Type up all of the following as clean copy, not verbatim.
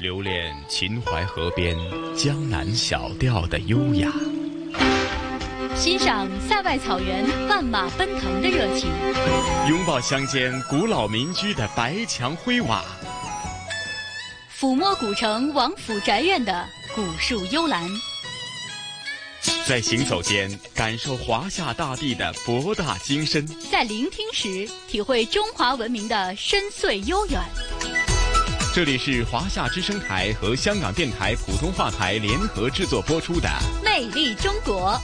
留恋秦淮河边江南小调的优雅， 欣赏塞外草原万马奔腾的热情， 拥抱乡间古老民居的白墙灰瓦， 抚摸古城王府宅院的古树幽兰， 在行走间感受华夏大地的博大精深， 在聆听时体会中华文明的深邃悠远。 这里是华夏之声台和香港电台普通话台联合制作播出的《 魅力中国》。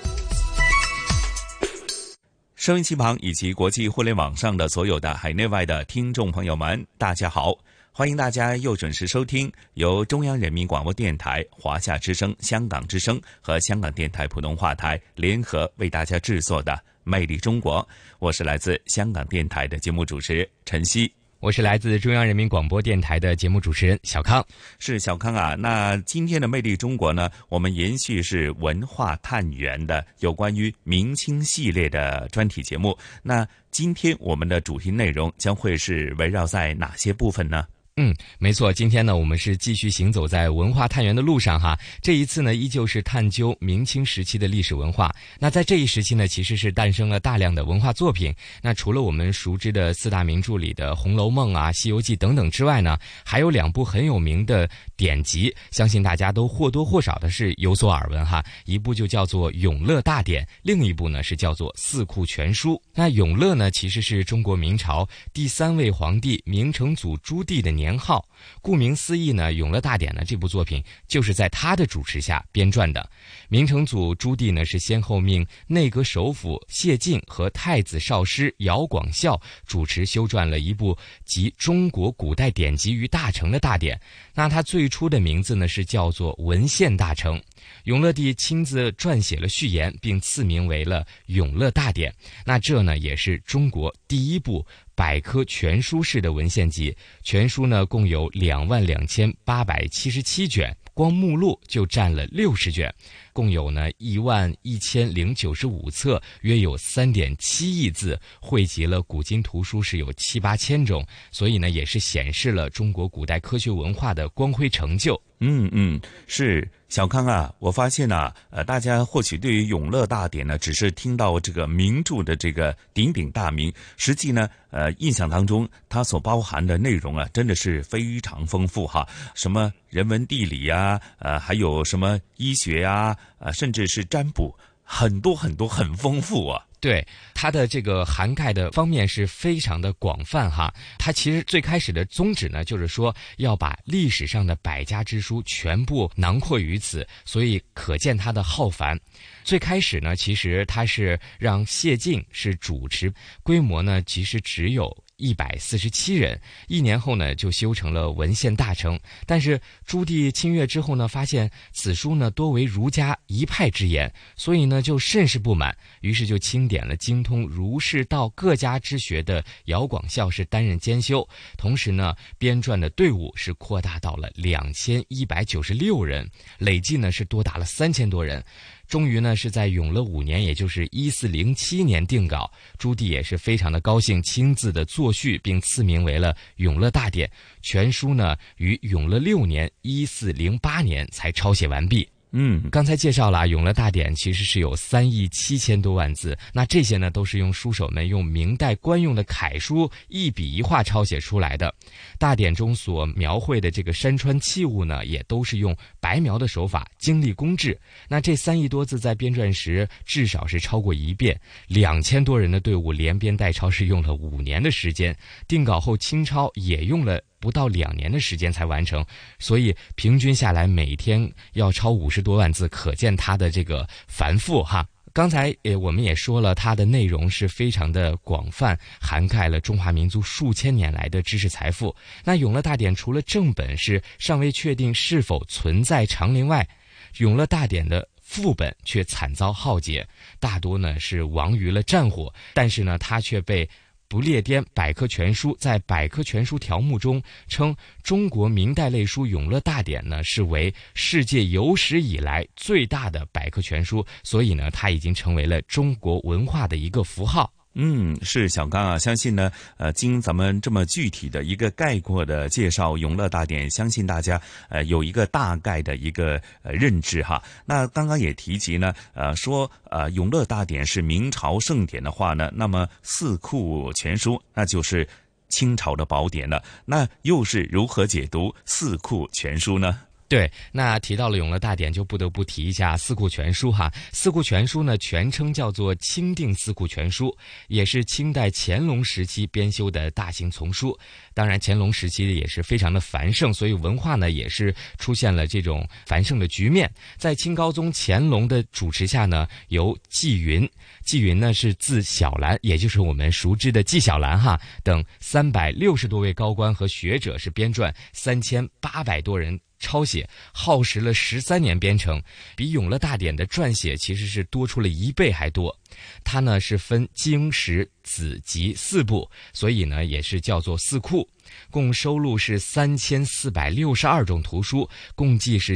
收音机旁以及国际互联网上的所有的海内外的听众朋友们，大家好，欢迎大家又准时收听由中央人民广播电台、华夏之声、香港之声和香港电台普通话台联合为大家制作的《魅力中国》。我是来自香港电台的节目主持陈曦。 我是来自中央人民广播电台的节目主持人小康。 是小康啊，那今天的魅力中国呢，我们延续是文化探源的有关于明清系列的专题节目。那今天我们的主题内容将会是围绕在哪些部分呢？ 没错，今天呢，我们是继续行走在文化探源的路上哈。这一次呢，依旧是探究明清时期的历史文化。那在这一时期呢，其实是诞生了大量的文化作品。那除了我们熟知的四大名著里的《红楼梦》啊、《西游记》等等之外呢，还有两部很有名的典籍，相信大家都或多或少的是有所耳闻哈。一部就叫做《永乐大典》，另一部呢是叫做《四库全书》。那永乐呢，其实是中国明朝第3位皇帝明成祖朱棣的年号，顾名思义呢，《永乐大典》呢这部作品就是在他的主持下编撰的。明成祖朱棣呢是先后命内阁首辅谢晋和太子少师姚广孝主持修撰了一部集中国古代典籍于大成的大典。那他最初的名字呢是叫做《文献大成》。永乐帝亲自撰写了序言，并赐名为了《永乐大典》。那这呢也是中国第一部百科全书式的文献集，全书呢共有22877卷，光目录就占了60卷，共有呢11095册，约有3.7亿字，汇集了古今图书是有7、8千种，所以呢也是显示了中国古代科学文化的光辉成就。 是小康啊，我发现啊，大家或许对于《永乐大典》呢，只是听到这个名著的这个鼎鼎大名，实际呢，印象当中它所包含的内容啊，真的是非常丰富哈，什么人文地理啊，还有什么医学啊，甚至是占卜，很多很丰富啊。 对，它的这个涵盖的方面是非常的广泛哈。它其实最开始的宗旨呢，就是说要把历史上的百家之书全部囊括于此，所以可见它的浩繁。最开始呢，其实它是让谢晋是主持，规模呢其实只有147人，1年后呢就修成了文献大成。但是朱棣亲阅之后呢，发现此书呢多为儒家一派之言，所以呢就甚是不满，于是就钦点了精通儒释道各家之学的姚广孝是担任监修，同时呢编撰的队伍是扩大到了2196人，累计呢是多达了3000多人。终于呢是在永乐5年，也就是1407年定稿，朱棣也是非常的高兴，亲自的作序，并赐名为了《永乐大典》。全书呢于永乐6年1408年才抄写完毕。刚才介绍了《永乐大典》其实是有3亿7千多万字，那这些呢都是用书手们用明代官用的楷书一笔一画抄写出来的。大典中所描绘的这个山川器物呢，也都是用白描的手法，精力工致。那这3亿多字在编撰时至少是超过1遍，2000多人的队伍连编带抄是用了5年的时间，定稿后清抄也用了不到2年的时间才完成，所以平均下来每天要抄50多万字，可见它的这个繁复哈。刚才我们也说了，它的内容是非常的广泛，涵盖了中华民族数千年来的知识财富。那《永乐大典》除了正本是尚未确定是否存在长陵外，《永乐大典》的副本却惨遭浩劫，大多呢是亡于了战火，但是呢它却被不列颠百科全书在百科全书条目中称中国明代类书《永乐大典》呢是为世界有史以来最大的百科全书，所以呢它已经成为了中国文化的一个符号。 是小刚啊，相信呢，经咱们这么具体的一个概括的介绍，永乐大典，相信大家有一个大概的一个认知哈。那刚刚也提及呢，说永乐大典是明朝盛典的话呢，那么《四库全书》那就是清朝的宝典了。那又是如何解读《四库全书》呢？ 对，那提到了永乐大典，就不得不提一下《四库全书》哈。《四库全书》呢，全称叫做《钦定四库全书》，也是清代乾隆时期编修的大型丛书。当然，乾隆时期也是非常的繁盛，所以文化呢也是出现了这种繁盛的局面。在清高宗乾隆的主持下呢，由纪云呢是字小兰，也就是我们熟知的纪晓岚哈等360多位高官和学者是编撰3800多人抄写，耗时了13年编成，比永乐大典的撰写其实是多出了1倍还多。它呢是分经史子集4部，所以呢也是叫做四库，共收录是3462种图书，共计是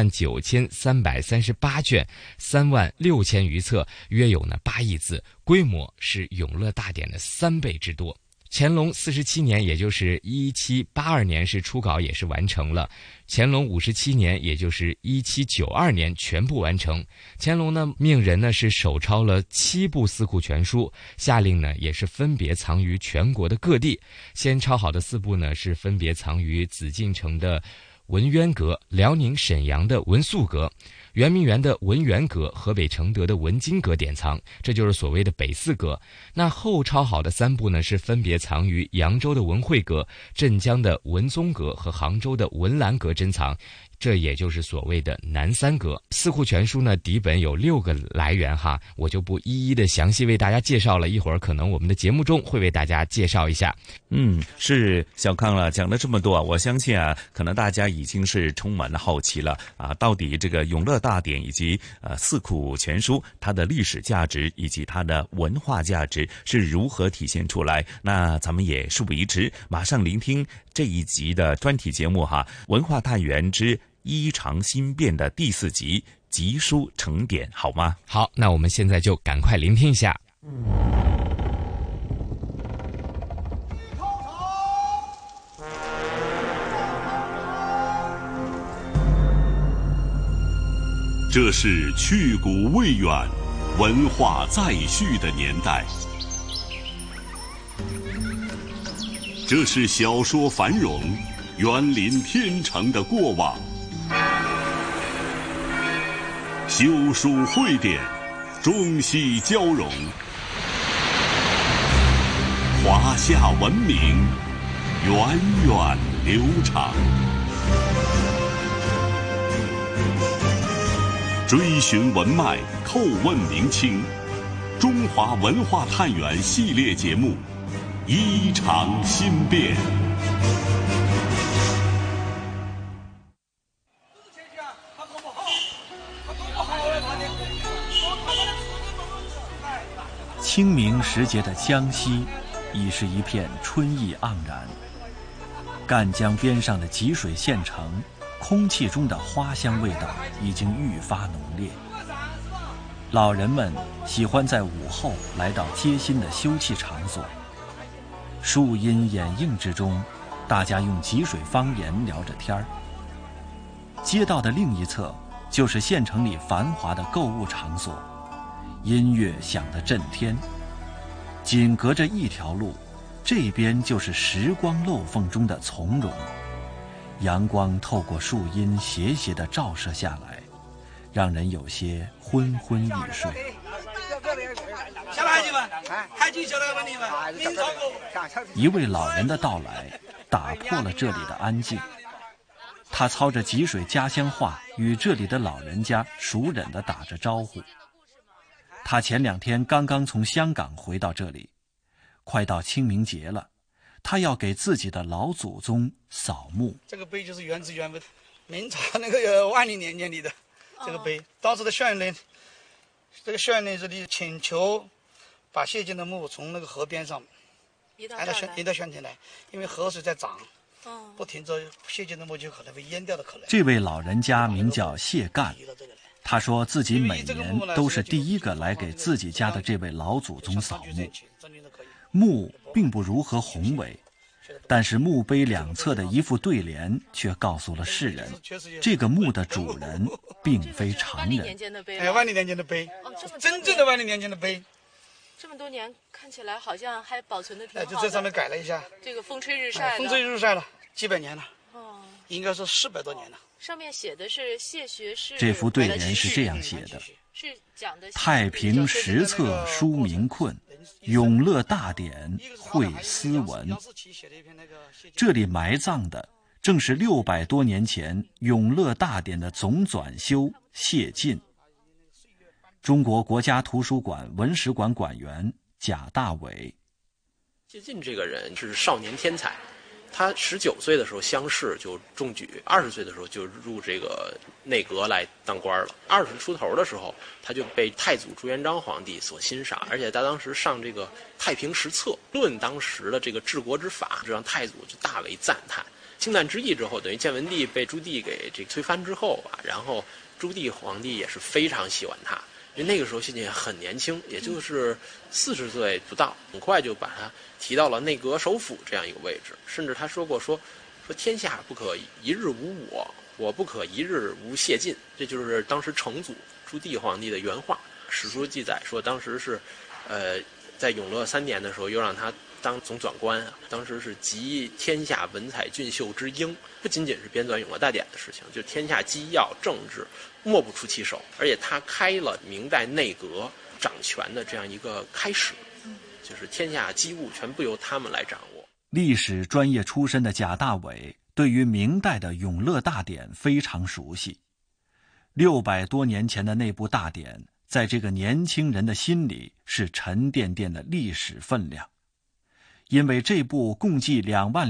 79338卷，36000余册，约有呢8亿字，规模是永乐大典的3倍之多。乾隆47年，也就是1782年是初稿也是完成了，乾隆57年，也就是1792年全部完成。乾隆呢命人呢是手抄了7部四库全书，下令呢也是分别藏于全国的各地。先抄好的4部呢是分别藏于紫禁城的文渊阁、辽宁沈阳的文肃阁、圆明园的文渊阁、河北承德的文津阁典藏，这就是所谓的北四阁。那后抄好的3部呢是分别藏于扬州的文惠阁、镇江的文宗阁和杭州的文澜阁珍藏，这也就是所谓的南三阁。四库全书呢底本有6个来源哈，我就不一一的详细为大家介绍了，一会儿可能我们的节目中会为大家介绍一下。 是小康了，讲了这么多啊，我相信啊，可能大家已经是充满了好奇了啊，到底这个永乐大典以及四库全书它的历史价值以及它的文化价值是如何体现出来？那咱们也事不宜迟，马上聆听这一集的专题节目哈，文化探源之衣裳新变的第4集集书成典，好吗？ 好，那我们现在就赶快聆听一下。 这是去古未远、文化再续的年代。这是小说繁荣、园林天成的过往。修书汇典，中西交融，华夏文明源远流长。追寻文脉，叩问明清，中华文化探源系列节目《衣裳新变》。 清明时节的江西已是一片春意盎然，赣江边上的吉水县城，空气中的花香味道已经愈发浓烈。老人们喜欢在午后来到街心的休憩场所，树荫掩映之中，大家用吉水方言聊着天儿。街道的另一侧就是县城里繁华的购物场所，音乐响得震天。仅隔着一条路，这边就是时光漏缝中的从容。阳光透过树荫斜斜地照射下来，让人有些昏昏欲睡。一位老人的到来打破了这里的安静，他操着吉水家乡话与这里的老人家熟稔地打着招呼。他前2天刚刚从香港回到这里，快到清明节了，他要给自己的老祖宗扫墓。 这个碑就是原汁原味，明朝那个万历年间里的这个碑，当时的县令，这个县令这里请求把谢晋的墓从那个河边上移到县城来，因为河水在涨， 不停着谢晋的墓就可能会淹掉的可能。 这位老人家名叫谢干，他说自己每年都是第一个来给自己家的这位老祖宗扫墓。墓并不如何宏伟，但是墓碑两侧的一副对联却告诉了世人，这个墓的主人并非常人。 万历年间的碑，真正的万历年间的碑。 这么多年看起来好像还保存的挺好的。 就这上面改了一下， 这个风吹日晒风吹日晒了几百年了，应该是400多年了。 上面写的是谢学士。 这幅对联是这样写的： 是讲的太平十策书民困，永乐大典绘斯文。这里埋葬的正是600多年前永乐大典的总纂修谢晋。中国国家图书馆文史馆馆员贾大伟。 谢晋这个人是少年天才，他19岁的时候乡试就中举，20岁的时候就入这个内阁来当官了。20出头的时候，他就被太祖朱元璋皇帝所欣赏，而且他当时上这个《太平实策》，论当时的这个治国之法，这让太祖就大为赞叹。靖难之役之后，等于建文帝被朱棣给这个推翻之后啊，然后朱棣皇帝也是非常喜欢他。因为那个时候谢晋也很年轻，也就是40岁不到，很快就把他提到了内阁首辅这样一个位置。甚至他说过说天下不可一日无我，我不可一日无谢晋。这就是当时成祖朱棣皇帝的原话。史书记载说，当时是在永乐3年的时候，又让他当总纂官啊。当时是集天下文采俊秀之英，不仅仅是编纂永乐大典的事情，就天下机要政治莫不出其手。而且他开了明代内阁掌权的这样一个开始，就是天下机务全部由他们来掌握。 历史专业出身的贾大伟对于明代的永乐大典非常熟悉。600多年前的那部大典，在这个年轻人的心里是沉甸甸的历史分量。因为这部共计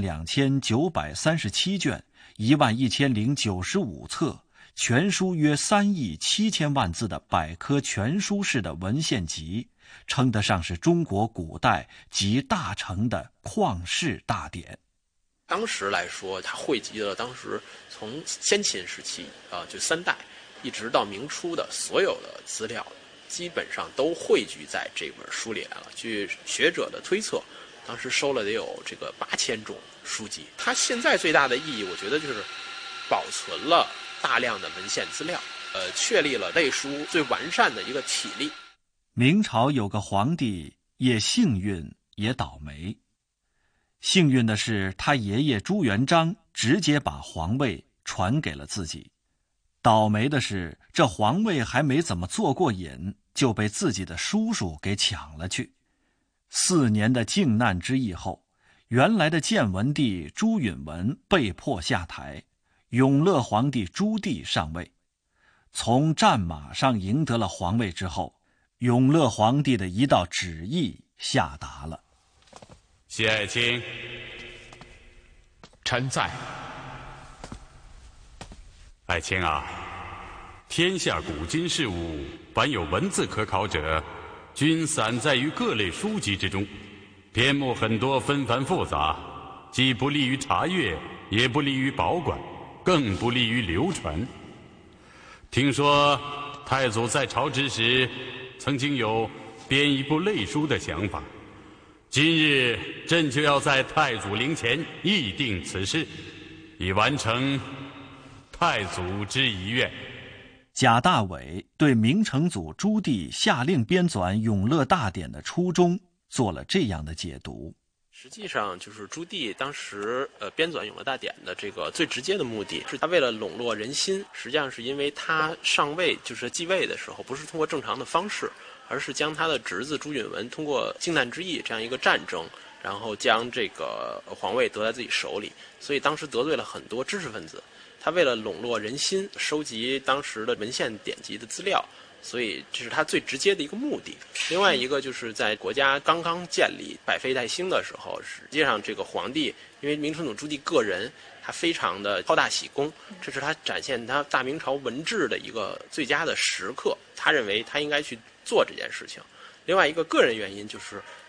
22937卷11095册，全书约3亿7千万字的百科全书式的文献集，称得上是中国古代集大成的旷世大典。 当时来说，它汇集了当时从先秦时期就3代一直到明初的所有的资料，基本上都汇聚在这本书里来了。据学者的推测，当时收了得有这个8000种书籍。它现在最大的意义，我觉得就是保存了大量的文献资料，确立了类书最完善的一个体例。 明朝有个皇帝，也幸运也倒霉。幸运的是，他爷爷朱元璋直接把皇位传给了自己；倒霉的是，这皇位还没怎么坐过瘾，就被自己的叔叔给抢了去。4年的靖难之役后，原来的建文帝朱允文被迫下台，永乐皇帝朱棣上位。从战马上赢得了皇位之后，永乐皇帝的一道旨意下达了： 谢爱卿， 臣在。 爱卿啊，天下古今事物，凡有文字可考者，均散在于各类书籍之中，篇目很多，纷繁复杂，既不利于查阅，也不利于保管，更不利于流传。听说太祖在朝之时，曾经有编一部类书的想法，今日朕就要在太祖陵前议定此事，以完成太祖之遗愿。 贾大伟对明成祖朱棣下令编纂《永乐大典》的初衷做了这样的解读： 实际上，就是朱棣当时编纂《永乐大典》的这个最直接的目的，是他为了笼络人心。实际上是因为他上位，就是继位的时候，不是通过正常的方式，而是将他的侄子朱允文通过靖难之役这样一个战争，然后将这个皇位得在自己手里。所以当时得罪了很多知识分子。他为了笼络人心，收集当时的文献典籍的资料，所以这是他最直接的一个目的。另外一个就是在国家刚刚建立百废待兴的时候，实际上这个皇帝因为明成祖朱棣个人他非常的好大喜功，这是他展现他大明朝文治的一个最佳的时刻，他认为他应该去做这件事情。另外一个个人原因就是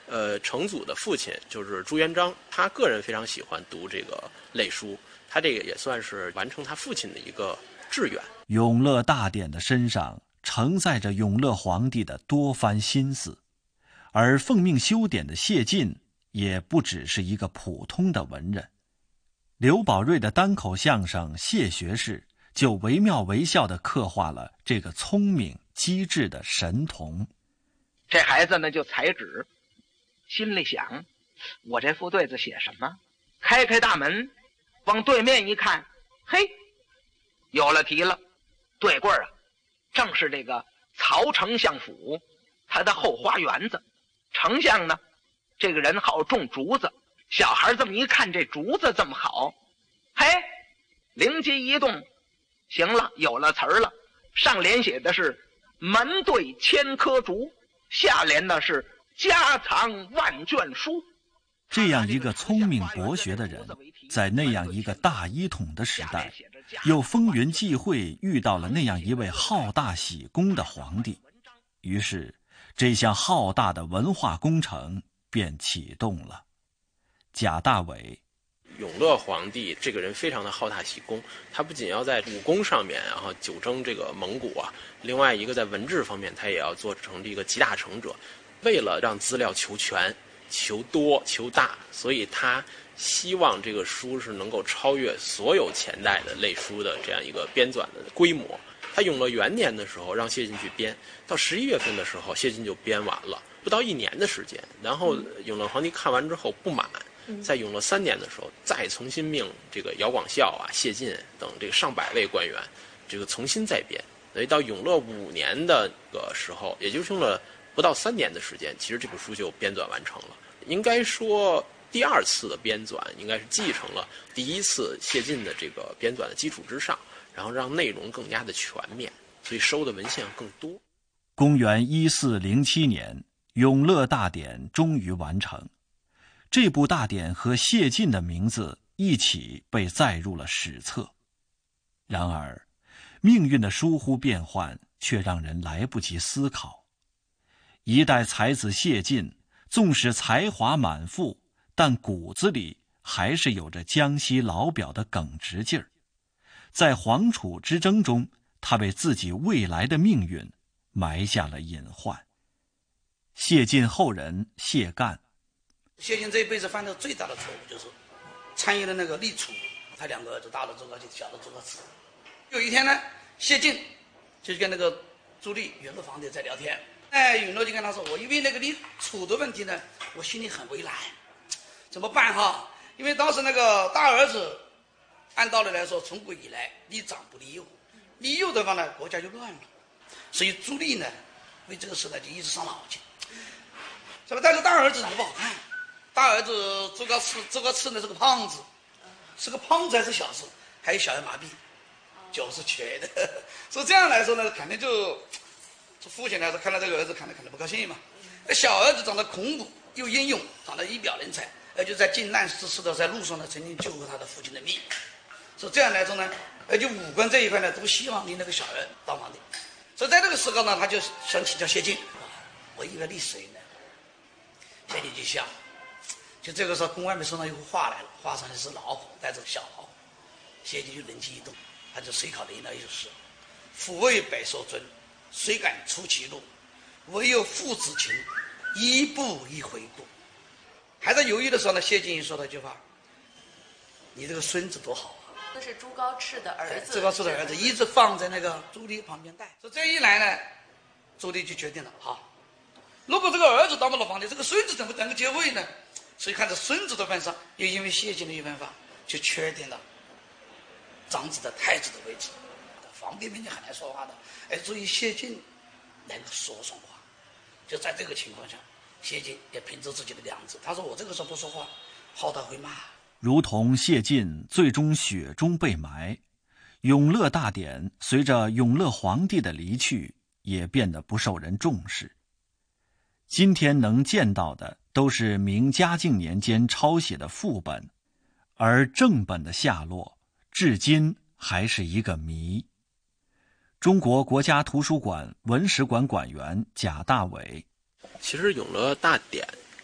成祖的父亲就是朱元璋，他个人非常喜欢读这个类书，他这个也算是完成他父亲的一个志愿。 永乐大典的身上承载着永乐皇帝的多番心思，而奉命修典的谢晋也不只是一个普通的文人。刘宝瑞的单口相声《谢学士》就惟妙惟肖地刻画了这个聪明机智的神童。 这孩子呢就裁纸，心里想，我这副对子写什么？开大门，往对面一看，嘿，有了题了。对过啊，正是这个曹丞相府他的后花园子。丞相呢，这个人好种竹子，小孩这么一看，这竹子这么好，嘿，灵机一动，行了，有了词儿了。上联写的是门对千棵竹，下联呢是家藏万卷书。 这样一个聪明博学的人，在那样一个大一统的时代，又风云际会遇到了那样一位好大喜功的皇帝，于是这项浩大的文化工程便启动了。贾大伟， 永乐皇帝这个人非常的好大喜功，他不仅要在武功上面久征这个蒙古啊，另外一个在文治方面他也要做成这个集大成者。为了让资料求全、求多、求大，所以他希望这个书是能够超越所有前代的类书的这样一个编纂的规模。他永乐元年的时候让谢晋去编，到11月份的时候谢晋就编完了，不到1年的时间。然后永乐皇帝看完之后不满，在永乐3年的时候再重新命这个姚广孝啊、谢晋等这个上百位官员这个重新再编。所以到永乐5年的个时候，也就是用了不到3年的时间，其实这本书就编纂完成了。应该说第2次的编纂应该是继承了第1次谢晋的这个编纂的基础之上，然后让内容更加的全面，所以收的文献更多。 公元1407年，永乐大典终于完成。这部大典和谢晋的名字一起被载入了史册。然而，命运的疏忽变幻却让人来不及思考。一代才子谢晋，纵使才华满腹，但骨子里还是有着江西老表的耿直劲儿。在黄楚之争中，他为自己未来的命运埋下了隐患。谢晋后人谢干， 谢晋这一辈子犯的最大的错误就是参与了那个立储，他2个儿子，大的诸葛瑾，小的诸葛炽。有一天呢，谢晋就跟那个朱棣永乐皇帝在聊天，永乐就跟他说，我因为那个立储的问题呢，我心里很为难，怎么办哈？因为当时那个大儿子按道理来说，从古以来立长不立幼，立幼的话呢，国家就乱了。所以朱棣呢，为这个事呢就一直伤脑筋。是吧？但是大儿子长得不好看，大儿子诸葛炽呢是个胖子，是个胖子还是小子，还有小儿麻痹，脚是瘸的。所以这样来说呢，肯定就父亲来说看到这个儿子肯定不高兴嘛。小儿子长得孔武又英勇，长得一表人才，而且在靖难之时的在路上呢，曾经救过他的父亲的命。所以这样来说呢，而且武官这一块呢，都希望你那个小儿当皇帝。所以在这个时候呢，他就想请教谢晋，我应该立谁呢？谢晋就想，就这个时候宫外面送上一幅画来了，画上一只老虎，带着小老虎。谢晋就灵机一动，他就随口吟了一首诗：抚慰百兽尊，谁敢出其路？唯有父子情，一步一回顾。还在犹豫的时候呢，谢晋说了一句话：你这个孙子多好啊！ 那是朱高炽的儿子， 朱高炽的儿子一直放在那个朱棣旁边带。所以这一来呢，朱棣就决定了，好，如果这个儿子当不了皇帝，这个孙子怎么能够接位呢？所以看在孙子的份上，又因为谢晋的一番话，就确定了长子的太子的位置。皇帝面前很难说话的，而注意谢晋能够说话。就在这个情况下，谢晋也凭着自己的良知，他说我这个时候不说话，后代会骂。 如同谢晋最终雪中被埋，永乐大典随着永乐皇帝的离去也变得不受人重视。今天能见到的都是明嘉靖年间抄写的副本，而正本的下落至今还是一个谜。中国国家图书馆文史馆馆员贾大伟， 其实永乐大典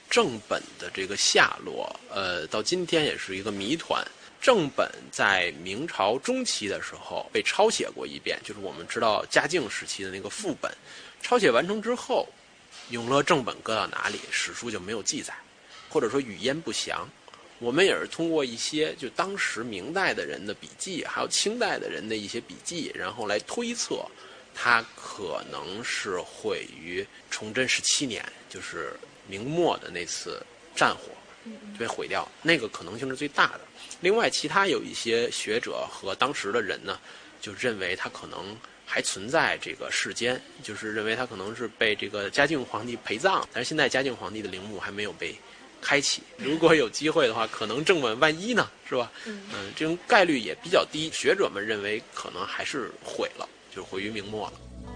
正本的这个下落，到今天也是一个谜团。正本在明朝中期的时候被抄写过一遍，就是我们知道嘉靖时期的那个副本，抄写完成之后，永乐正本搁到哪里，史书就没有记载，或者说语焉不详。我们也是通过一些就当时明代的人的笔记，还有清代的人的一些笔记，然后来推测，它可能是毁于崇祯17年，就是明末的那次战火就被毁掉，那个可能性是最大的。另外，其他有一些学者和当时的人呢，就认为它可能还存在这个世间，就是认为它可能是被这个嘉靖皇帝陪葬，但是现在嘉靖皇帝的陵墓还没有被开启。如果有机会的话，可能正本万一呢，是吧？这种概率也比较低。学者们认为可能还是毁了，就是毁于明末了。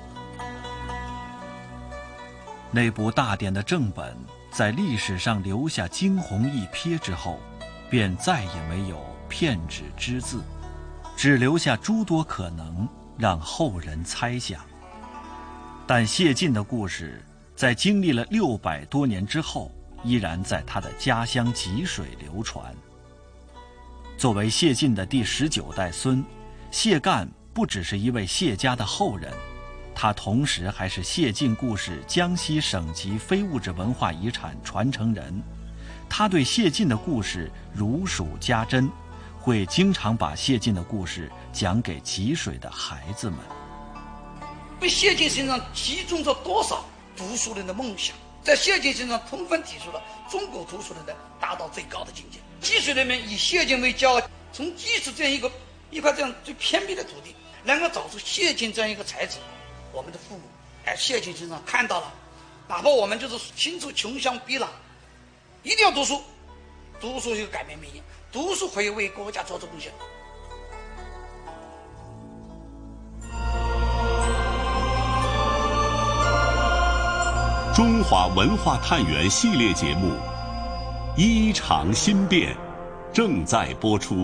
那部大典的正本在历史上留下惊鸿一瞥之后，便再也没有片纸之字，只留下诸多可能，让后人猜想。但谢晋的故事在经历了600多年之后，依然在他的家乡吉水流传。作为谢晋的第19代孙，谢干不只是一位谢家的后人，他同时还是谢晋故事江西省级非物质文化遗产传承人。他对谢晋的故事如数家珍，会经常把谢晋的故事讲给吉水的孩子们。 因为谢晋身上集中着多少读书人的梦想，在谢晋身上充分体现了中国读书人的达到最高的境界。吉水人们以谢晋为骄傲，从吉水这样一块这样最偏僻的土地，能够找出谢晋这样一个才子，我们的父母在谢晋身上看到了，哪怕我们就是身处穷乡僻壤，一定要读书，读书就改变命运，读书可以为国家做出贡献。 中华文化探源系列节目《衣裳新变》正在播出。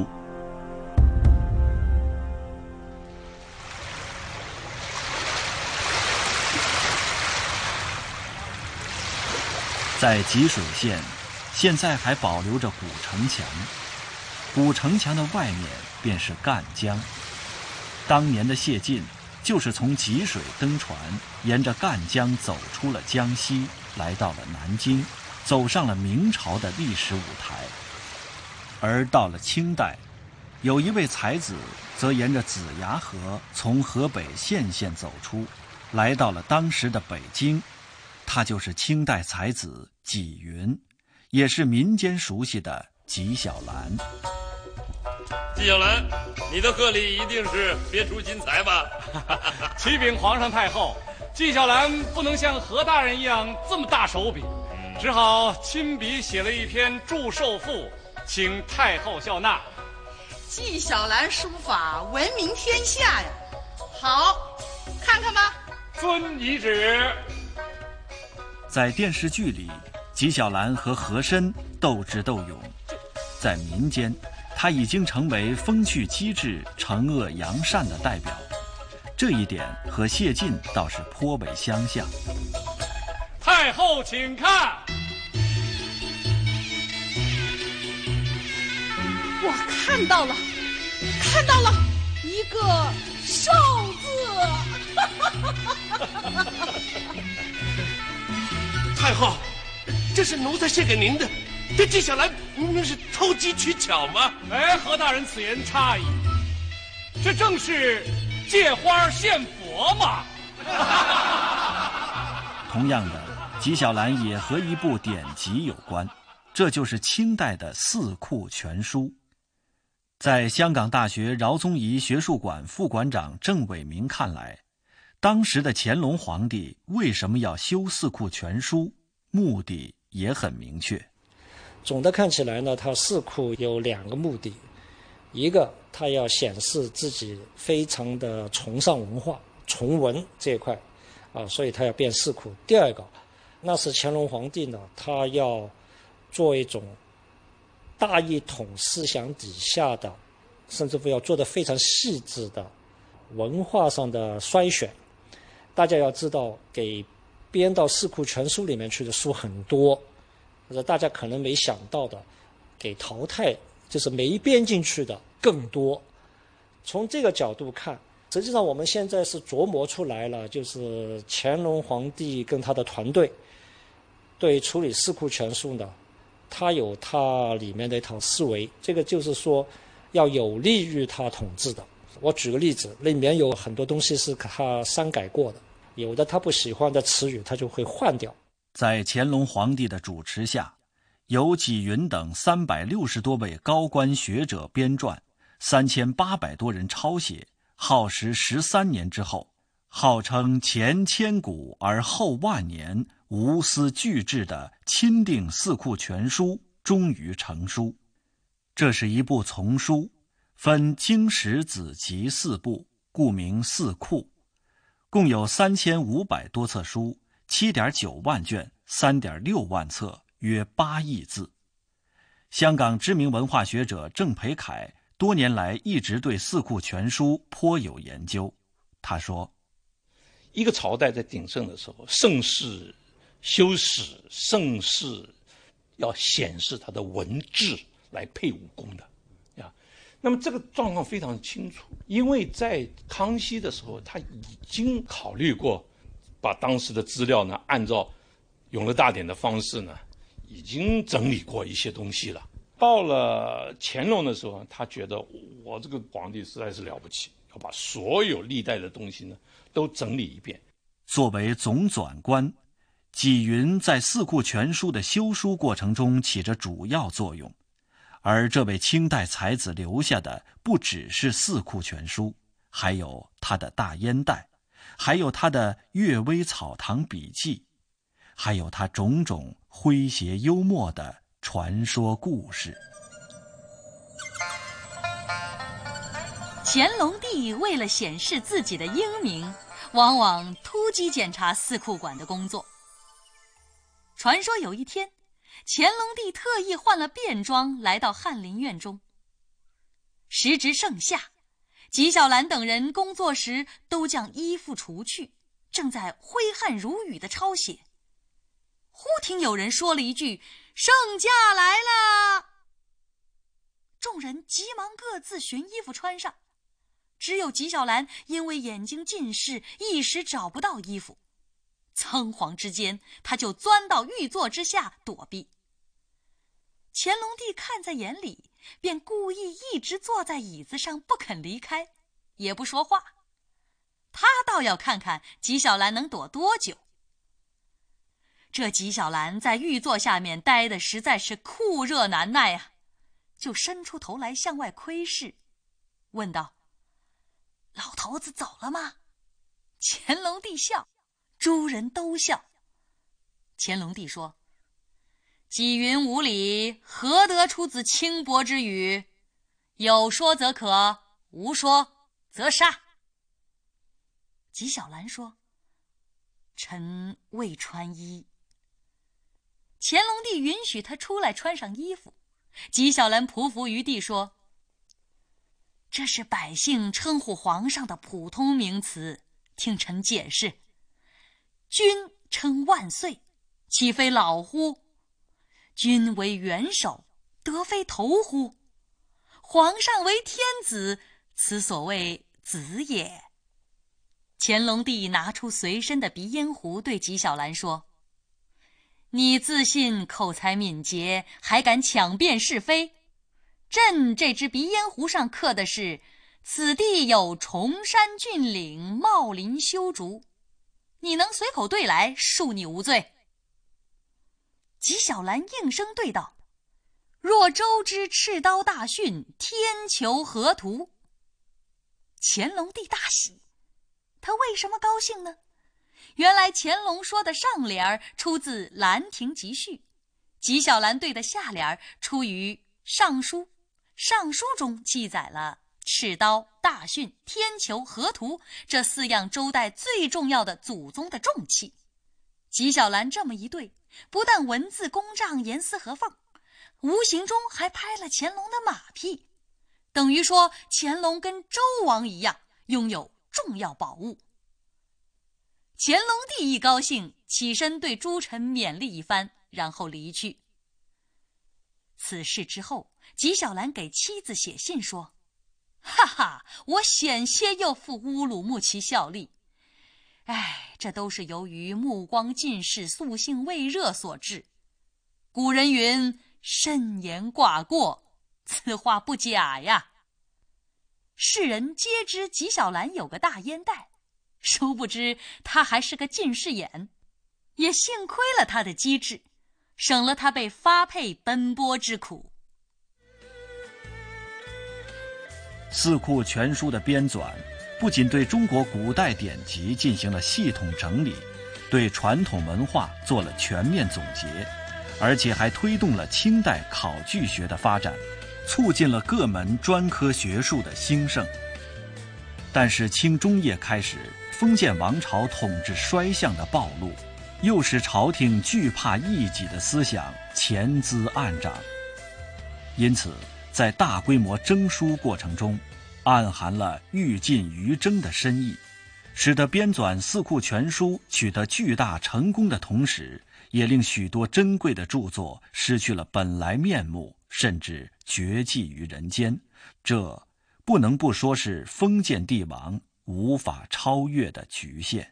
在吉水县，现在还保留着古城墙，古城墙的外面便是赣江。当年的谢晋就是从吉水登船，沿着赣江走出了江西，来到了南京，走上了明朝的历史舞台。而到了清代，有一位才子则沿着子牙河从河北献县走出，来到了当时的北京。他就是清代才子纪云，也是民间熟悉的纪晓岚。 纪晓岚，你的贺礼一定是别出心裁吧？ 启禀皇上太后，纪晓岚不能像何大人一样这么大手笔，只好亲笔写了一篇祝寿赋，请太后笑纳。 纪晓岚书法闻名天下呀！好，看看吧。 遵遗旨。 在电视剧里，纪晓岚和和珅斗智斗勇；在民间，他已经成为风趣机智、惩恶扬善的代表。这一点和谢晋倒是颇为相像。 太后请看， 我看到了一个寿字。 太后，这是奴才写给您的。这纪晓岚明明是投机取巧吗？ 哎，何大人此言差矣，这正是借花献佛嘛。 同样的，纪晓岚也和一部典籍有关，这就是清代的《四库全书》。在香港大学饶宗颐学术馆副馆长郑伟民看来，当时的乾隆皇帝为什么要修《四库全书》，目的也很明确。 总的看起来呢，他四库有2个目的，一个他要显示自己非常的崇尚文化、崇文这一块，所以他要编四库。第二个，那是乾隆皇帝呢，他要做一种大一统思想底下的，甚至乎要做得非常细致的文化上的筛选。大家要知道，给编到《四库全书》里面去的书很多， 或者大家可能没想到的，给淘汰就是没编进去的更多。从这个角度看，实际上我们现在是琢磨出来了，就是乾隆皇帝跟他的团队对处理四库全书呢，他有他里面的一套思维，这个就是说要有利于他统治的。我举个例子，里面有很多东西是他删改过的，有的他不喜欢的词语他就会换掉。 在乾隆皇帝的主持下，由纪云等360多位高官学者编撰，3800多人抄写，耗时13年之后，号称前千古而后万年，无私巨制的钦定四库全书终于成书。这是一部丛书，分经史子集4部，故名四库，共有3500多册书，7.9万卷，3.6万册，约8亿字。香港知名文化学者郑培凯多年来一直对四库全书颇有研究。他说， 一个朝代在鼎盛的时候，盛世修史，盛世要显示它的文治来配武功的呀。那么这个状况非常清楚，因为在康熙的时候，他已经考虑过把当时的资料呢，按照永乐大典的方式呢，已经整理过一些东西了。到了乾隆的时候，他觉得我这个皇帝实在是了不起，要把所有历代的东西呢都整理一遍。 作为总纂官，纪云在四库全书的修书过程中起着主要作用，而这位清代才子留下的不只是四库全书，还有他的大烟袋，还有他的《阅微草堂笔记》，还有他种种诙谐幽默的传说故事。 乾隆帝为了显示自己的英明，往往突击检查四库馆的工作。传说有一天，乾隆帝特意换了便装来到翰林院中。时值盛夏，纪晓岚等人工作时都将衣服除去，正在挥汗如雨的抄写。忽听有人说了一句：“圣驾来了！”众人急忙各自寻衣服穿上，只有纪晓岚因为眼睛近视，一时找不到衣服。仓皇之间，他就钻到御座之下躲避。乾隆帝看在眼里，便故意一直坐在椅子上不肯离开，也不说话。他倒要看看纪晓岚能躲多久。这纪晓岚在御座下面待得实在是酷热难耐啊，就伸出头来向外窥视，问道：“老头子走了吗？”乾隆帝笑，诸人都笑。乾隆帝说：“纪云无礼，何得出此轻薄之语？有说则可，无说则杀。”纪晓岚说：“臣未穿衣。”乾隆帝允许他出来穿上衣服。纪晓岚匍匐于地说：“这是百姓称呼皇上的普通名词，听臣解释。君称万岁，岂非老乎？君为元首，得非头乎？皇上为天子，此所谓子也。”乾隆帝拿出随身的鼻烟壶，对纪晓岚说：“你自信口才敏捷，还敢抢辩是非？朕这只鼻烟壶上刻的是此地有崇山峻岭，茂林修竹，你能随口对来，恕你无罪。”纪晓岚应声对道：“若周之赤刀大训，天求何图？”乾隆帝大喜，他为什么高兴呢？原来乾隆说的上联出自《兰亭集序》，纪晓岚对的下联出于《尚书》，《尚书》中记载了赤刀、大训、天球、河图这4样周代最重要的祖宗的重器。纪晓岚这么一对，不但文字工丈、严丝合缝，无形中还拍了乾隆的马屁，等于说乾隆跟周王一样，拥有重要宝物。乾隆帝一高兴，起身对诸臣勉励一番，然后离去。 此事之后，纪晓岚给妻子写信说：哈哈，我险些又赴乌鲁木齐效力。这都是由于目光尽逝、素性未热所致。古人云：慎言寡过，此话不假呀。世人皆知纪晓岚有个大烟袋，殊不知他还是个近视眼，也幸亏了他的机智，省了他被发配奔波之苦。 四库全书的编纂不仅对中国古代典籍进行了系统整理，对传统文化做了全面总结，而且还推动了清代考据学的发展，促进了各门专科学术的兴盛。但是清中叶开始，封建王朝统治衰相的暴露，又使朝廷惧怕异己的思想潜滋暗长，因此在大规模征书过程中，暗含了欲禁于征的深意，使得编纂四库全书取得巨大成功的同时，也令许多珍贵的著作失去了本来面目，甚至绝迹于人间。这不能不说是封建帝王无法超越的局限。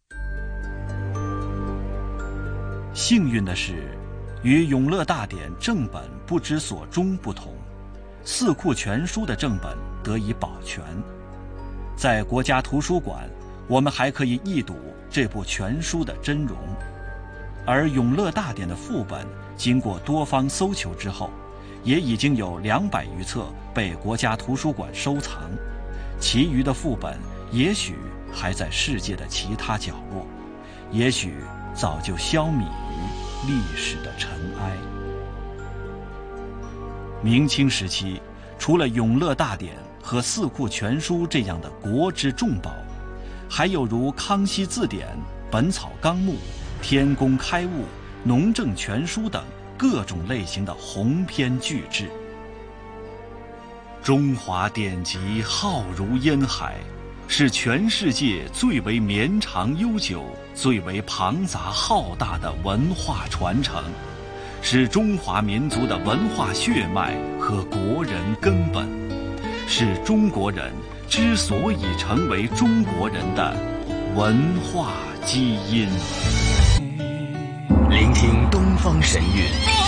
幸运的是，与《永乐大典》正本不知所终不同，四库全书的正本得以保全。在国家图书馆，我们还可以一睹这部全书的真容。而《永乐大典》的副本经过多方搜求之后，也已经有200余册被国家图书馆收藏，其余的副本也许还在世界的其他角落，也许早就消弭于历史的尘埃。明清时期，除了《永乐大典》和四库全书这样的国之重宝，还有如《康熙字典》、《本草纲目》、《天工开物》、《农政全书》等各种类型的鸿篇巨制。中华典籍浩如烟海，是全世界最为绵长悠久、最为庞杂浩大的文化传承，是中华民族的文化血脉和国人根本，是中国人之所以成为中国人的文化基因。 聆听东方神韵，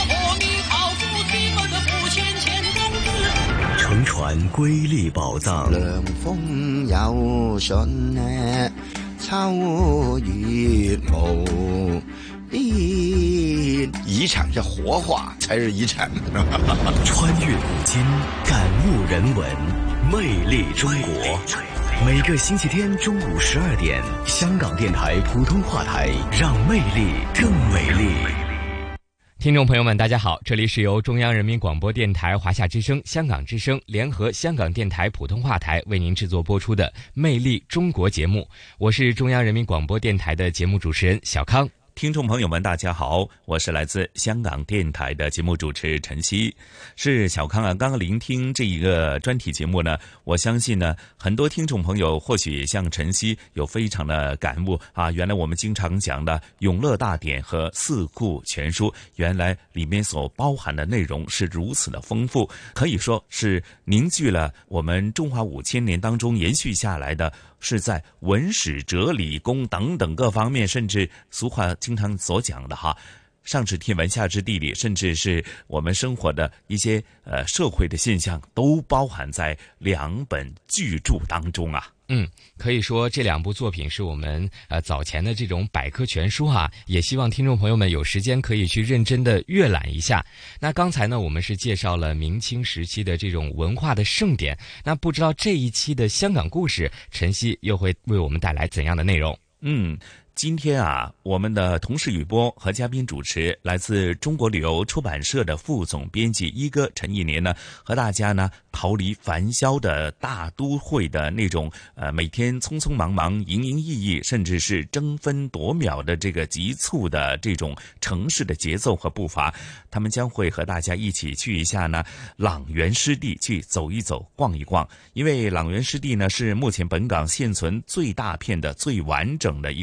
乘船瑰丽宝藏， 凉风有信呢，秋月无边。遗产是活化才是遗产。 穿越古今，感悟人文，魅力中国。每个星期天中午12点，香港电台普通话台，让魅力更美丽。 听众朋友们，大家好，这里是由中央人民广播电台华夏之声、香港之声联合香港电台普通话台为您制作播出的《魅力中国》节目，我是中央人民广播电台的节目主持人小康。 听众朋友们大家好，我是来自香港电台的节目主持陈曦。是小康啊，刚刚聆听这一个专题节目呢，我相信呢，很多听众朋友或许像陈曦有非常的感悟啊，原来我们经常讲的《永乐大典》和四库全书，原来里面所包含的内容是如此的丰富，可以说是凝聚了我们中华5000年当中延续下来的，是在文史哲理工等等各方面，甚至俗话经常所讲的哈，上知天文下知地理，甚至是我们生活的一些社会的现象，都包含在2本巨著当中啊。 可以说这2部作品是我们早前的这种百科全书哈，也希望听众朋友们有时间可以去认真的阅览一下。那刚才呢，我们是介绍了明清时期的这种文化的盛典，那不知道这一期的香港故事，陈曦又会为我们带来怎样的内容？ 今天啊，我们的同事雨波和嘉宾主持来自中国旅游出版社的副总编辑一哥陈一年呢，和大家呢逃离繁嚣的大都会的那种每天匆匆忙忙、营营役役，甚至是争分夺秒的这个急促的这种城市的节奏和步伐。他们将会和大家一起去一下呢朗园湿地，去走一走、逛一逛。因为朗园湿地呢是目前本港现存最大片的、最完整的一个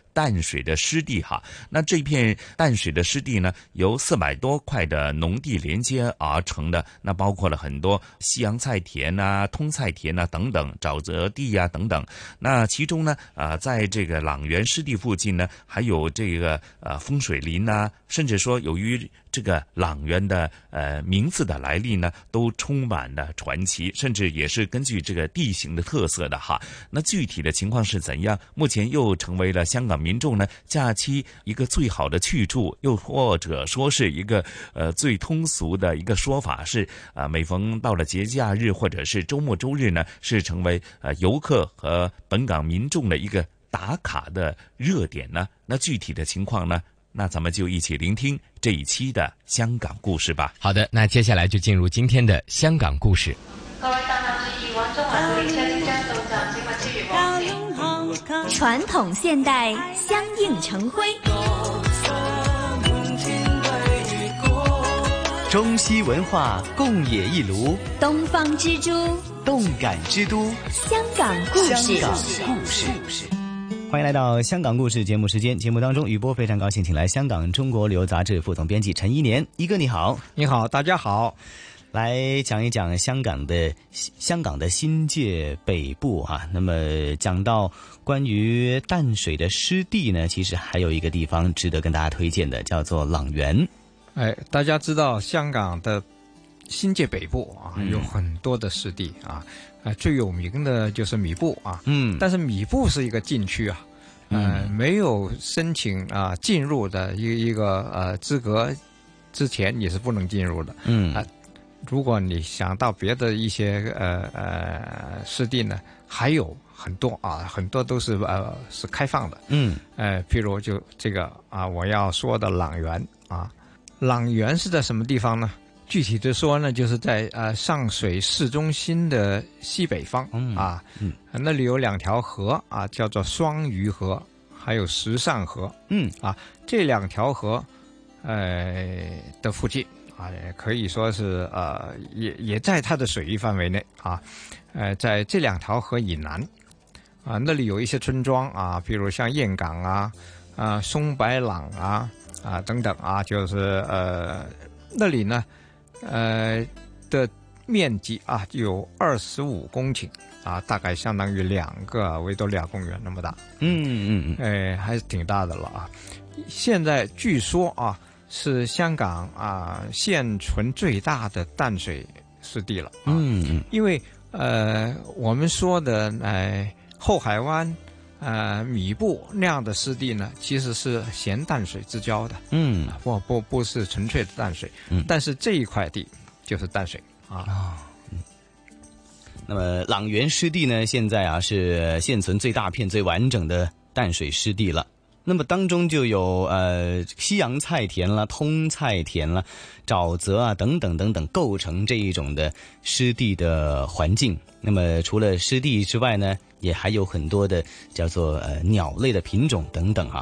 淡水的湿地哈。那这片淡水的湿地呢，由400多块的农地连接而成的，那包括了很多西洋菜田啊、通菜田啊等等，沼泽地啊等等。那其中呢，在这个朗园湿地附近呢，还有这个风水林啊，甚至说由于这个朗园的名字的来历呢，都充满了传奇，甚至也是根据这个地形的特色的哈。那具体的情况是怎样？目前又成为了香港民众呢假期一个最好的去处，又或者说是一个最通俗的一个说法是每逢到了节假日或者是周末周日呢，是成为游客和本港民众的一个打卡的热点呢。那具体的情况呢？那咱们就一起聆听这一期的香港故事吧。 好的，那接下来就进入今天的香港故事。 传统现代相映成辉， 中西文化共冶一炉， 东方之珠， 动感之都， 香港故事。 香港故事。欢迎来到香港故事节目时间。节目当中，雨波非常高兴请来香港中国旅游杂志副总编辑陈一年。一哥你好。 你好，大家好。 来讲一讲香港的新界北部哈。那么讲到关于淡水的湿地呢，其实还有一个地方值得跟大家推荐的，叫做朗园。 大家知道香港的新界北部啊，有很多的湿地啊，最有名的就是米埔啊，但是米埔是一个禁区啊，没有申请进入的一个资格之前你是不能进入的，如果你想到别的一些湿地呢，还有很多啊，很多都是是开放的，譬如就这个我要说的朗园啊，朗园是在什么地方呢？具体的说呢，就是在上水市中心的西北方那里有2条河啊，叫做双鱼河，还有石上河，这2条河的附近也可以说是也在它的水域范围内啊，在这2条河以南那里有一些村庄啊，比如像燕港松柏朗等等就是那里呢的面积有25公顷大概相当于2个维多利亚公园那么大，还是挺大的了现在据说是香港现存最大的淡水湿地了因为我们说的后海湾米埔那样的湿地呢，其实是咸淡水之交的，不是纯粹的淡水，但是这一块地就是淡水那么朗园湿地呢，现在是现存最大片、最完整的淡水湿地了。那么当中就有西洋菜田啦、通菜田啦、沼泽等等等等，构成这一种的湿地的环境。那么除了湿地之外呢，也还有很多的叫做鸟类的品种等等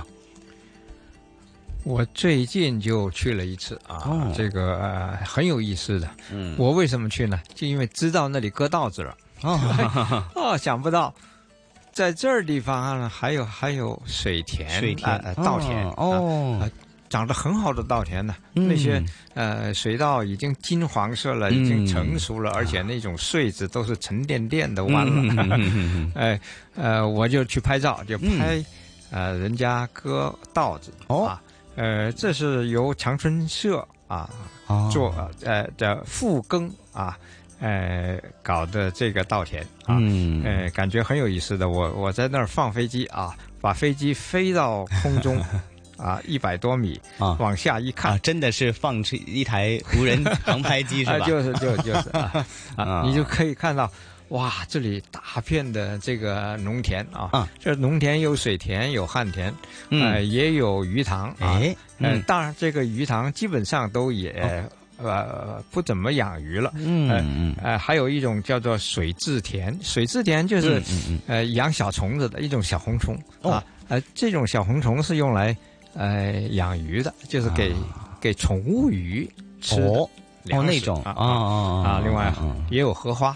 我最近就去了一次这个很有意思的。我为什么去呢？就因为知道那里割稻子了。想不到在这儿地方呢，还有水田、稻田长得很好的稻田呢。那些水稻已经金黄色了，已经成熟了，而且那种穗子都是沉甸甸的弯了。我就去拍照，就拍人家割稻子这是由长春社做的复耕搞的这个稻田感觉很有意思的。我在那儿放飞机把飞机飞到空中100多米往下一看真的是放出一台无人航拍机是吧？ 就是你就可以看到哇，这里大片的这个农田这农田有水田，有旱田，也有鱼塘当然这个鱼塘基本上都也不怎么养鱼了，还有一种叫做水蛭田，水蛭田就是养小虫子的一种小红虫这种小红虫是用来养鱼的，就是给宠物鱼吃的那种另外也有荷花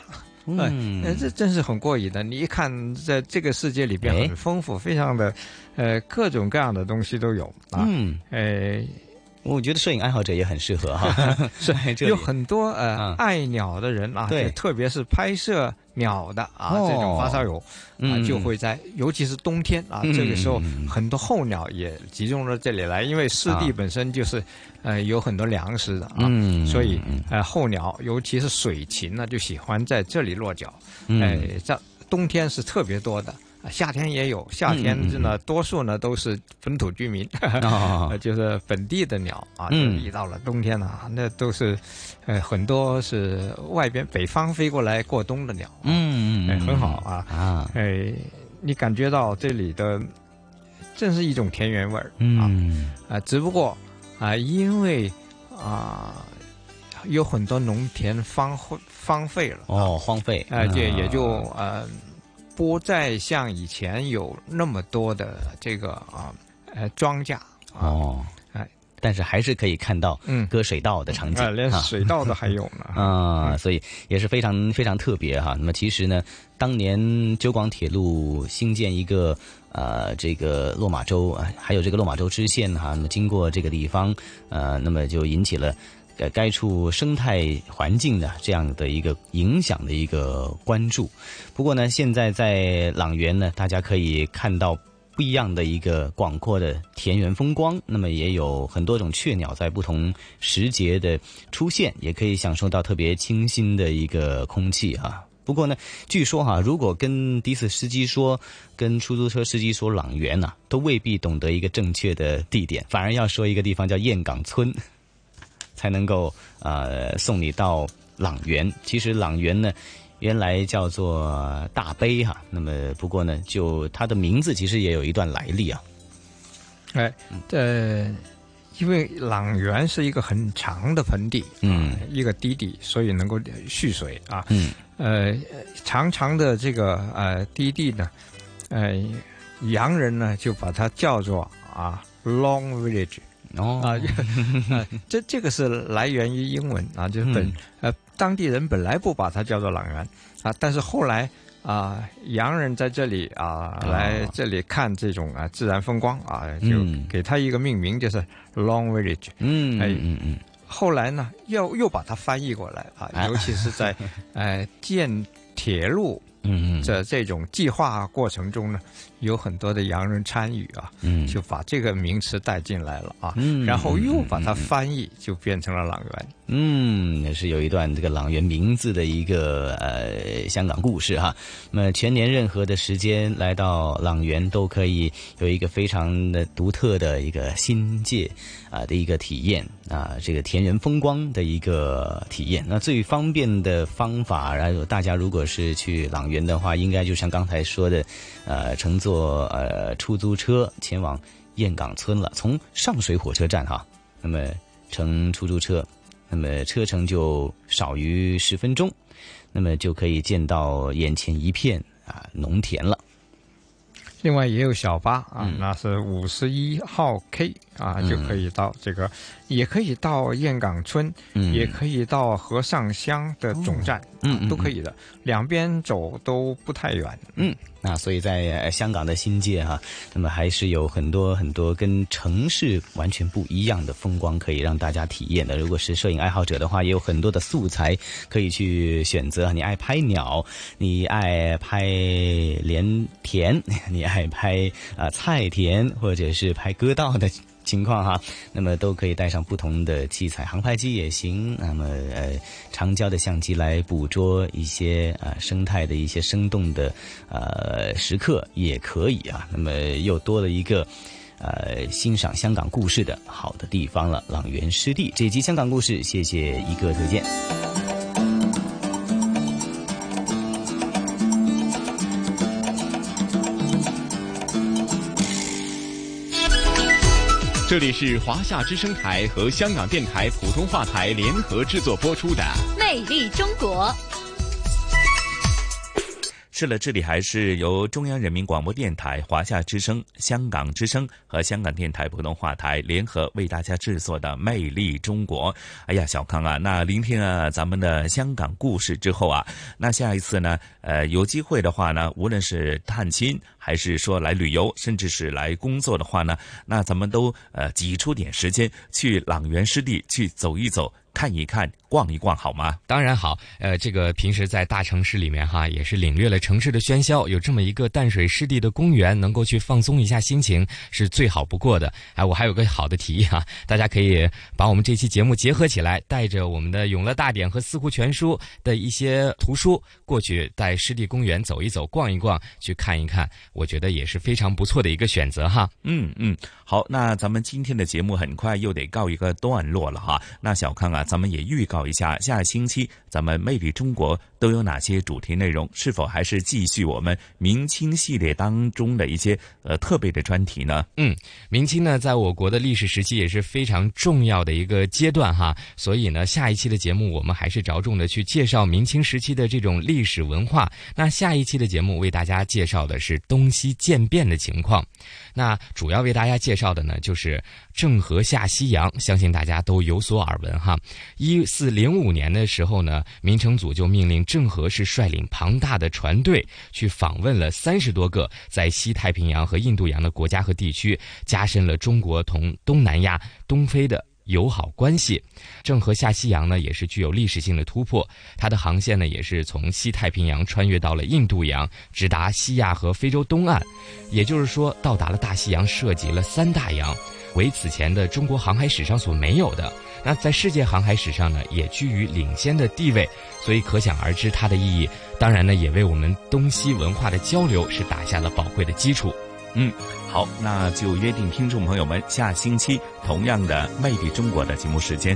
这真是很过瘾的。你一看，在这个世界里边很丰富，非常的，各种各样的东西都有啊。 我觉得摄影爱好者也很适合哈，是有很多爱鸟的人啊， 对， 特别是拍摄鸟的啊，这种发烧友啊，就会在，尤其是冬天啊，这个时候很多候鸟也集中到这里来，因为湿地本身就是有很多粮食的啊，所以候鸟尤其是水禽呢，就喜欢在这里落脚，在冬天是特别多的。夏天也有，夏天呢，多数呢都是本土居民，就是本地的鸟啊。一到了冬天啊，那都是，很多是外边北方飞过来过冬的鸟，很好啊。你感觉到这里的，真是一种田园味儿啊。只不过啊，因为有很多农田荒废了， 荒废， 也就不再像以前有那么多的这个庄稼但是还是可以看到割水稻的场景， 连水稻都还有呢所以也是非常非常特别哈。那么其实呢，当年九广铁路兴建一个这个落马洲还有这个落马洲支线哈，那么经过这个地方那么就引起了该处生态环境的这样的一个影响的一个关注。不过呢，现在在朗园呢，大家可以看到不一样的一个广阔的田园风光，那么也有很多种雀鸟在不同时节的出现，也可以享受到特别清新的一个空气啊。不过呢，据说哈，如果跟的士司机说，跟出租车司机说朗园呐，都未必懂得一个正确的地点，反而要说一个地方叫燕岗村，才能够送你到朗园。其实朗园呢，原来叫做大悲哈，那么不过呢，就它的名字其实也有一段来历啊。 因为朗园是一个很长的盆地，一个低地，所以能够蓄水啊。长长的这个低地呢，洋人呢就把它叫做Long Village。这个是来源于英文啊，就是当地人本来不把它叫做朗园啊，但是后来洋人在这里来这里看这种自然风光就给它一个命名，就是 Long Village。后来呢，又把它翻译过来尤其是在建铁路这种计划过程中呢，有很多的洋人参与就把这个名词带进来了然后又把它翻译，就变成了朗园。 也是有一段这个朗园名字的一个香港故事哈。那么全年任何的时间来到朗园，都可以有一个非常的独特的一个新界的一个体验这个田园风光的一个体验。那最方便的方法，然后大家如果是去朗园的话，应该就像刚才说的乘坐出租车前往燕岗村了。从上水火车站哈，那么乘出租车，那么车程就少于10分钟，那么就可以见到眼前一片农田了。 另外也有小巴那是51号 K 就可以到这个，也可以到燕岗村，也可以到和尚乡的总站，都可以的，两边走都不太远。 那所以在香港的新界哈，那么还是有很多很多跟城市完全不一样的风光可以让大家体验的。如果是摄影爱好者的话，也有很多的素材可以去选择。你爱拍鸟，你爱拍莲田，你爱拍菜田，或者是拍割稻的情况哈，那么都可以带上不同的器材，航拍机也行，那么长焦的相机来捕捉一些生态的一些生动的时刻也可以那么又多了一个欣赏香港故事的好的地方了，朗园湿地。这一集香港故事，谢谢一哥推荐。 这里是华夏之声台和香港电台普通话台联合制作播出的《 魅力中国》。 是了，这里还是由中央人民广播电台、华夏之声、香港之声和香港电台普通话台联合为大家制作的《魅力中国》。哎呀，小康啊，那聆听了咱们的香港故事之后啊，那下一次呢，有机会的话呢，无论是探亲还是说来旅游，甚至是来工作的话呢，那咱们都挤出点时间去朗园湿地去走一走。看一看，逛一逛，好吗？ 当然好。这个平时在大城市里面哈，也是领略了城市的喧嚣，有这么一个淡水湿地的公园，能够去放松一下心情，是最好不过的。我还有个好的提议哈，大家可以把我们这期节目结合起来，带着我们的《永乐大典》和《四库全书》的一些图书过去，在湿地公园走一走、逛一逛，去看一看，我觉得也是非常不错的一个选择哈。 好，那咱们今天的节目很快又得告一个段落了哈。那小康啊，咱们也预告一下，下星期咱们魅力中国都有哪些主题内容？是否还是继续我们明清系列当中的一些特别的专题呢？ 明清呢，在我国的历史时期也是非常重要的一个阶段哈，所以呢，下一期的节目我们还是着重的去介绍明清时期的这种历史文化。那下一期的节目为大家介绍的是东西渐变的情况。那主要为大家介绍的呢，就是郑和下西洋，相信大家都有所耳闻哈。1405年的时候呢，明成祖就命令郑和是率领庞大的船队去访问了30多个在西太平洋和印度洋的国家和地区，加深了中国同东南亚、东非的友好关系。郑和下西洋呢，也是具有历史性的突破。它的航线呢，也是从西太平洋穿越到了印度洋，直达西亚和非洲东岸。也就是说，到达了大西洋，涉及了3大洋，为此前的中国航海史上所没有的。那在世界航海史上呢，也居于领先的地位。所以可想而知它的意义。当然呢，也为我们东西文化的交流是打下了宝贵的基础。 好，那就约定听众朋友们下星期同样的魅力中国的节目时间